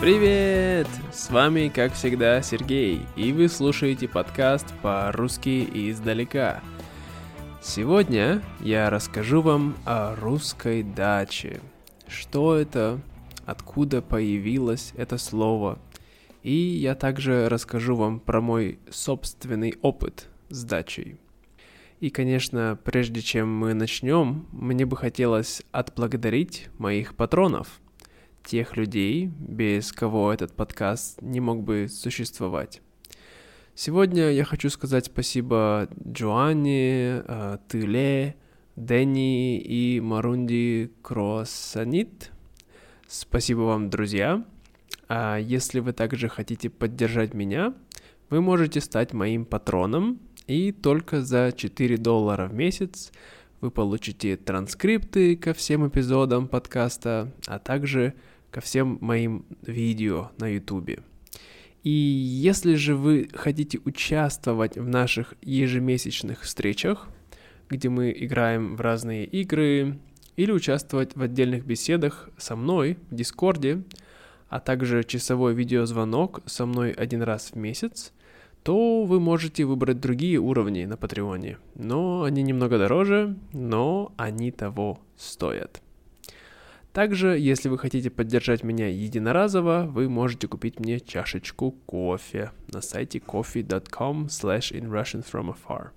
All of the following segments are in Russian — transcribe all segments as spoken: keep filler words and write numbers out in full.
Привет! С вами, как всегда, Сергей, и вы слушаете подкаст по-русски издалека. Сегодня я расскажу вам о русской даче. Что это? Откуда появилось это слово? И я также расскажу вам про мой собственный опыт с дачей. И, конечно, прежде чем мы начнем, мне бы хотелось отблагодарить моих патронов, тех людей, без кого этот подкаст не мог бы существовать. Сегодня я хочу сказать спасибо Джоанне, Тыле, Дэнни и Марунди Круассанит. Спасибо вам, друзья. А если вы также хотите поддержать меня, вы можете стать моим патроном, и только за четыре доллара в месяц вы получите транскрипты ко всем эпизодам подкаста, а также ко всем моим видео на YouTube. И если же вы хотите участвовать в наших ежемесячных встречах, где мы играем в разные игры, или участвовать в отдельных беседах со мной в Дискорде, а также часовой видеозвонок со мной один раз в месяц, то вы можете выбрать другие уровни на Патреоне. Но они немного дороже, но они того стоят. Также, если вы хотите поддержать меня единоразово, вы можете купить мне чашечку кофе на сайте coffee dot com slash in Russian from afar.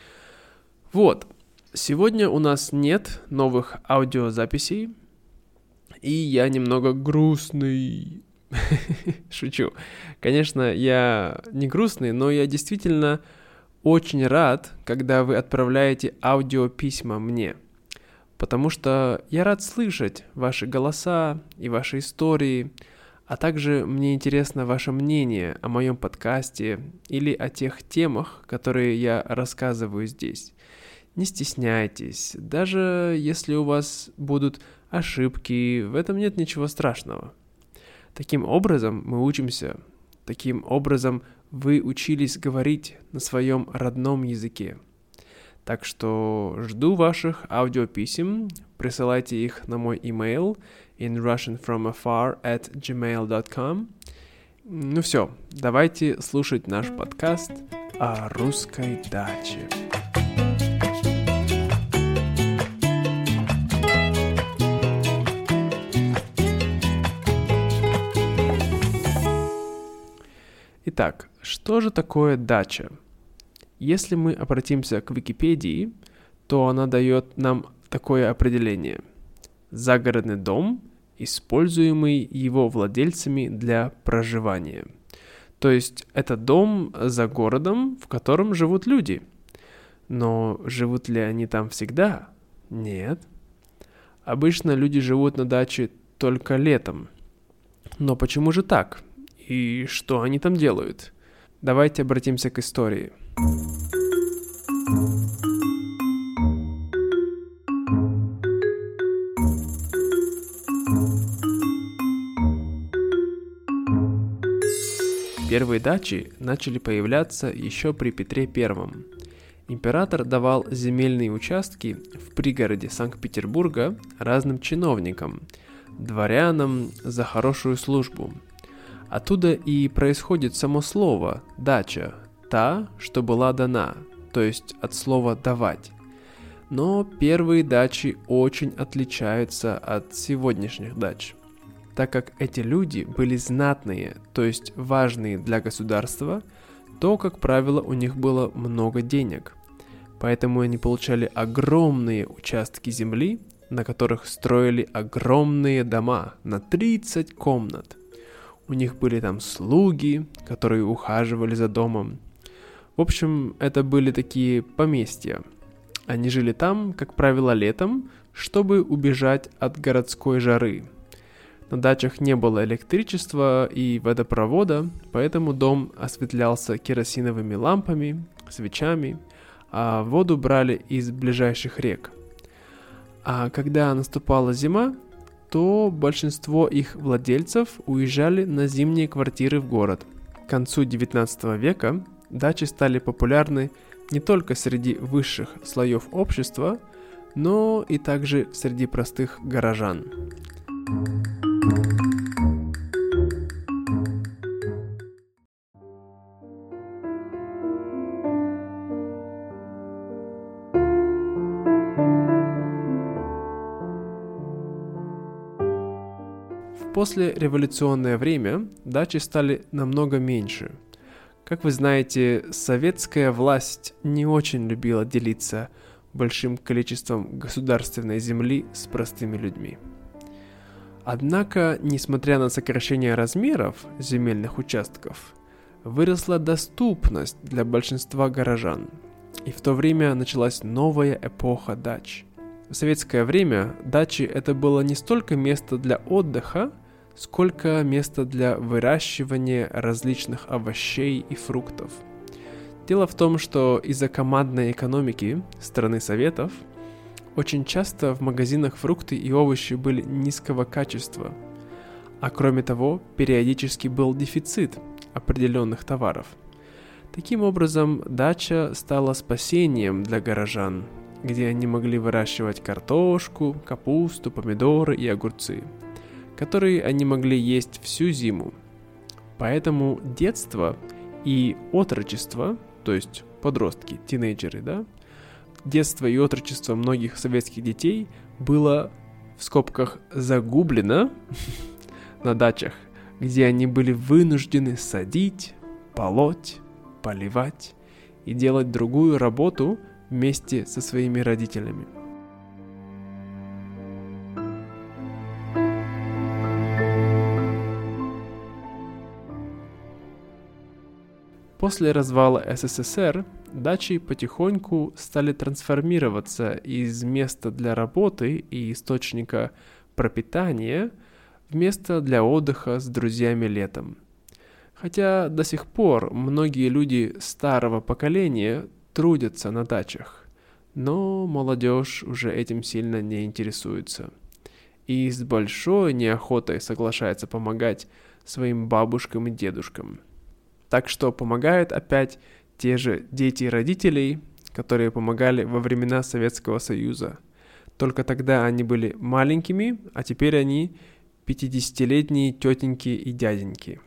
Вот, сегодня у нас нет новых аудиозаписей, и я немного грустный. Шучу. Конечно, я не грустный, но я действительно очень рад, когда вы отправляете аудиописьма мне. Потому что я рад слышать ваши голоса и ваши истории, а также мне интересно ваше мнение о моем подкасте или о тех темах, которые я рассказываю здесь. Не стесняйтесь, даже если у вас будут ошибки, в этом нет ничего страшного. Таким образом мы учимся, таким образом вы учились говорить на своем родном языке. Так что жду ваших аудиописем, присылайте их на мой email in russian from afar at gmail dot com. Ну все, давайте слушать наш подкаст о русской даче. Итак, что же такое дача? Если мы обратимся к Википедии, то она дает нам такое определение. Загородный дом, используемый его владельцами для проживания. То есть это дом за городом, в котором живут люди. Но живут ли они там всегда? Нет. Обычно люди живут на даче только летом. Но почему же так? И что они там делают? Давайте обратимся к истории. Первые дачи начали появляться еще при Петре Первом. Император давал земельные участки в пригороде Санкт-Петербурга разным чиновникам, дворянам за хорошую службу. Оттуда и происходит само слово «дача», та, что была дана, то есть от слова «давать». Но первые дачи очень отличаются от сегодняшних дач, так как эти люди были знатные, то есть важные для государства, то, как правило, у них было много денег. Поэтому они получали огромные участки земли, на которых строили огромные дома на тридцать комнат. У них были там слуги, которые ухаживали за домом. В общем, это были такие поместья. Они жили там, как правило, летом, чтобы убежать от городской жары. На дачах не было электричества и водопровода, поэтому дом осветлялся керосиновыми лампами, свечами, а воду брали из ближайших рек. А когда наступала зима, то большинство их владельцев уезжали на зимние квартиры в город. К концу девятнадцатого века дачи стали популярны не только среди высших слоев общества, но и также среди простых горожан. послереволюционное время дачи стали намного меньше. Как вы знаете, советская власть не очень любила делиться большим количеством государственной земли с простыми людьми. Однако, несмотря на сокращение размеров земельных участков, выросла доступность для большинства горожан, и в то время началась новая эпоха дач. В советское время дачи это было не столько место для отдыха, сколько место для выращивания различных овощей и фруктов. Дело в том, что из-за командной экономики страны Советов очень часто в магазинах фрукты и овощи были низкого качества, а кроме того, периодически был дефицит определенных товаров. Таким образом, дача стала спасением для горожан, где они могли выращивать картошку, капусту, помидоры и огурцы, которые они могли есть всю зиму. Поэтому детство и отрочество, то есть подростки, тинейджеры, да, детство и отрочество многих советских детей было в скобках загублено на дачах, где они были вынуждены садить, полоть, поливать и делать другую работу вместе со своими родителями. После развала СССР дачи потихоньку стали трансформироваться из места для работы и источника пропитания в место для отдыха с друзьями летом. Хотя до сих пор многие люди старого поколения трудятся на дачах, но молодежь уже этим сильно не интересуется и с большой неохотой соглашается помогать своим бабушкам и дедушкам. Так что помогают опять те же дети родителей, которые помогали во времена Советского Союза. Только тогда они были маленькими, а теперь они пятидесятилетние тетеньки и дяденьки.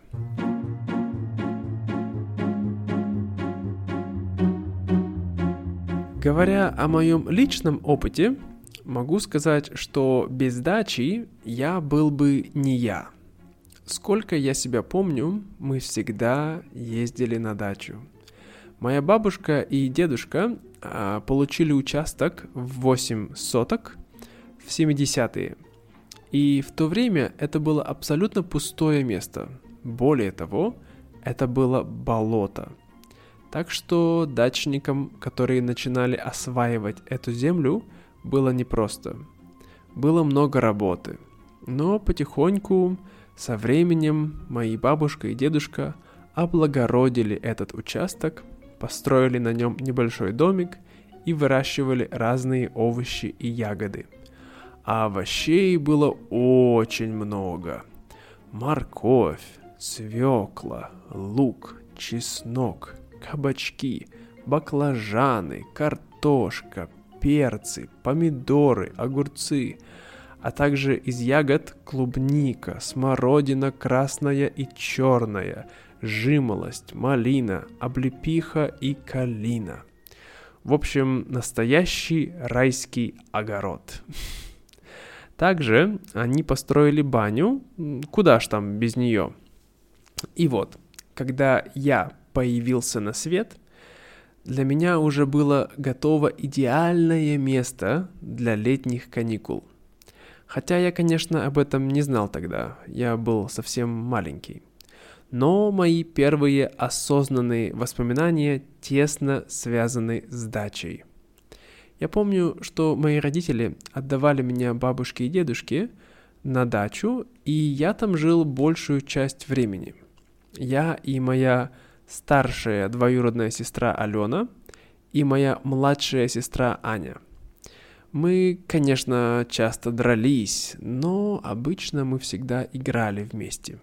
Говоря о моем личном опыте, могу сказать, что без дачи я был бы не я. Сколько я себя помню, мы всегда ездили на дачу. Моя бабушка и дедушка а, получили участок в восемь соток в семидесятые. И в то время это было абсолютно пустое место. Более того, это было болото. Так что дачникам, которые начинали осваивать эту землю, было непросто. Было много работы. Но потихоньку, со временем, мои бабушка и дедушка облагородили этот участок, построили на нем небольшой домик и выращивали разные овощи и ягоды. А овощей было очень много. Морковь, свекла, лук, чеснок, кабачки, баклажаны, картошка, перцы, помидоры, огурцы, а также из ягод клубника, смородина красная и черная, жимолость, малина, облепиха и калина. В общем, настоящий райский огород. Также они построили баню, куда ж там без нее. И вот, когда я появился на свет, для меня уже было готово идеальное место для летних каникул. Хотя я, конечно, об этом не знал тогда, я был совсем маленький. Но мои первые осознанные воспоминания тесно связаны с дачей. Я помню, что мои родители отдавали меня бабушке и дедушке на дачу, и я там жил большую часть времени. Я и моя старшая двоюродная сестра Алена и моя младшая сестра Аня. Мы, конечно, часто дрались, но обычно мы всегда играли вместе.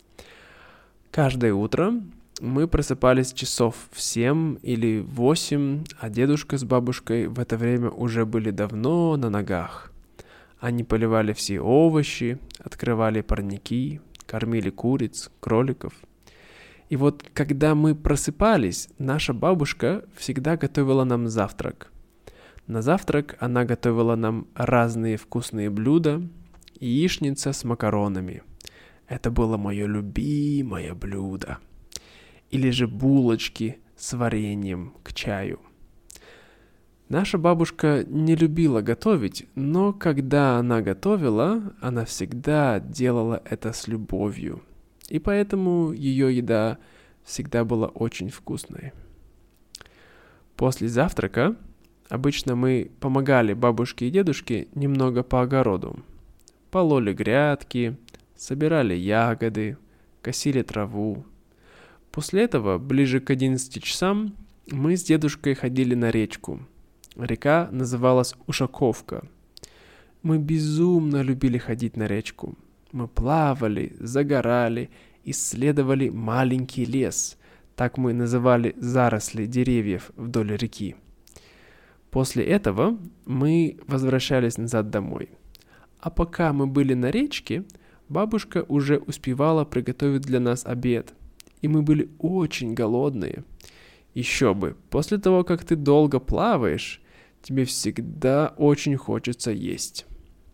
Каждое утро мы просыпались часов в семь или восемь, а дедушка с бабушкой в это время уже были давно на ногах. Они поливали все овощи, открывали парники, кормили куриц, кроликов. И вот когда мы просыпались, наша бабушка всегда готовила нам завтрак. На завтрак она готовила нам разные вкусные блюда, яичница с макаронами, Это было мое любимое блюдо. Или же булочки с вареньем к чаю. Наша бабушка не любила готовить, но когда она готовила, она всегда делала это с любовью. И поэтому ее еда всегда была очень вкусной. После завтрака обычно мы помогали бабушке и дедушке немного по огороду. Пололи грядки, собирали ягоды, косили траву. После этого, ближе к одиннадцати часам, мы с дедушкой ходили на речку. Река называлась Ушаковка. Мы безумно любили ходить на речку. Мы плавали, загорали, исследовали маленький лес. Так мы называли заросли деревьев вдоль реки. После этого мы возвращались назад домой. А пока мы были на речке, бабушка уже успевала приготовить для нас обед. И мы были очень голодные. Еще бы, после того, как ты долго плаваешь, тебе всегда очень хочется есть.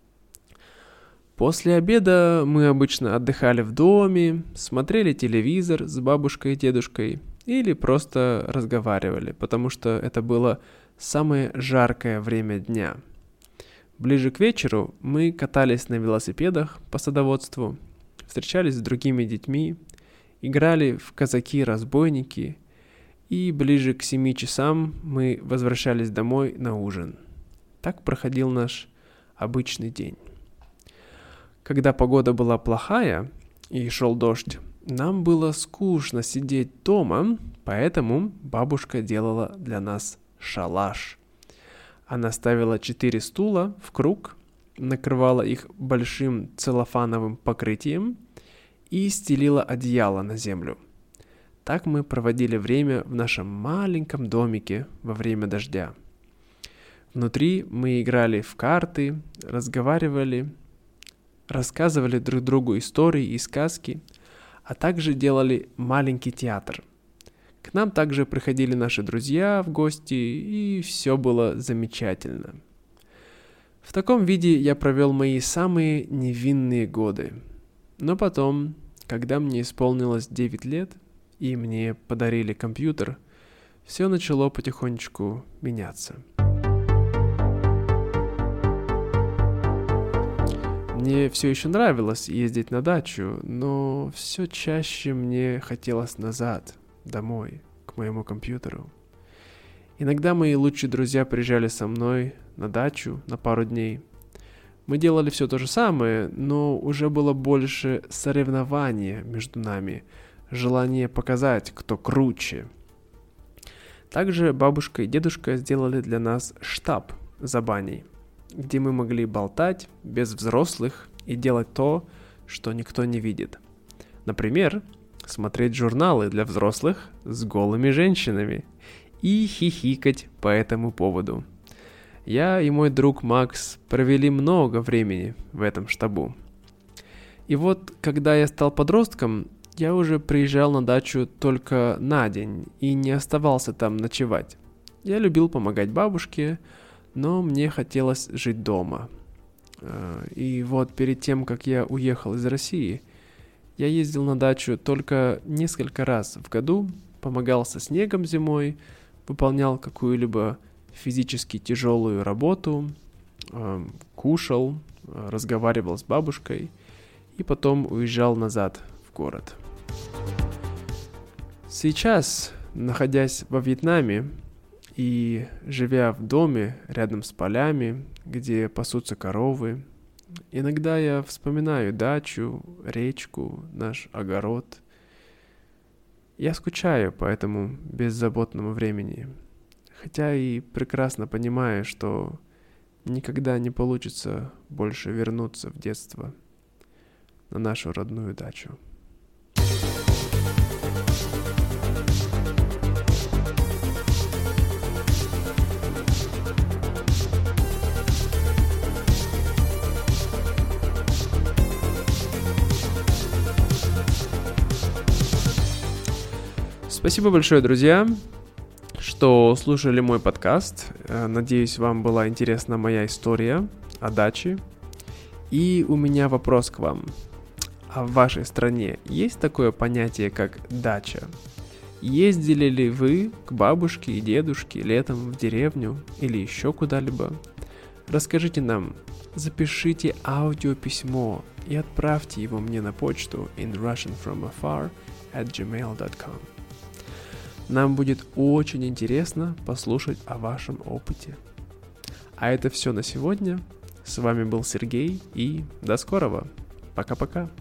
После обеда мы обычно отдыхали в доме, смотрели телевизор с бабушкой и дедушкой или просто разговаривали, потому что это было самое жаркое время дня. Ближе к вечеру мы катались на велосипедах по садоводству, встречались с другими детьми, играли в казаки-разбойники, и ближе к семи часам мы возвращались домой на ужин. Так проходил наш обычный день. Когда погода была плохая и шел дождь, нам было скучно сидеть дома, поэтому бабушка делала для нас шалаш. Она ставила четыре стула в круг, накрывала их большим целлофановым покрытием и стелила одеяло на землю. Так мы проводили время в нашем маленьком домике во время дождя. Внутри мы играли в карты, разговаривали, рассказывали друг другу истории и сказки, а также делали маленький театр. К нам также приходили наши друзья в гости, и все было замечательно. В таком виде я провел мои самые невинные годы. Но потом, когда мне исполнилось девять лет, и мне подарили компьютер, все начало потихонечку меняться. Мне все еще нравилось ездить на дачу, но все чаще мне хотелось назад, домой, к моему компьютеру. Иногда мои лучшие друзья приезжали со мной на дачу на пару дней. Мы делали все то же самое, но уже было больше соревнования между нами, желание показать, кто круче. Также бабушка и дедушка сделали для нас штаб за баней, где мы могли болтать без взрослых и делать то, что никто не видит. Например, смотреть журналы для взрослых с голыми женщинами и хихикать по этому поводу. Я и мой друг Макс провели много времени в этом штабу. И вот, когда я стал подростком, я уже приезжал на дачу только на день и не оставался там ночевать. Я любил помогать бабушке, но мне хотелось жить дома. И вот перед тем, как я уехал из России, я ездил на дачу только несколько раз в году, помогал со снегом зимой, выполнял какую-либо физически тяжелую работу, кушал, разговаривал с бабушкой и потом уезжал назад в город. Сейчас, находясь во Вьетнаме и живя в доме рядом с полями, где пасутся коровы, иногда я вспоминаю дачу, речку, наш огород. Я скучаю по этому беззаботному времени, хотя и прекрасно понимаю, что никогда не получится больше вернуться в детство на нашу родную дачу. Спасибо большое, друзья, что слушали мой подкаст. Надеюсь, вам была интересна моя история о даче. И у меня вопрос к вам. А в вашей стране есть такое понятие, как дача? Ездили ли вы к бабушке и дедушке летом в деревню или еще куда-либо? Расскажите нам, запишите аудиописьмо и отправьте его мне на почту in russian from afar at gmail dot com. Нам будет очень интересно послушать о вашем опыте. А это все на сегодня. С вами был Сергей и до скорого. Пока-пока.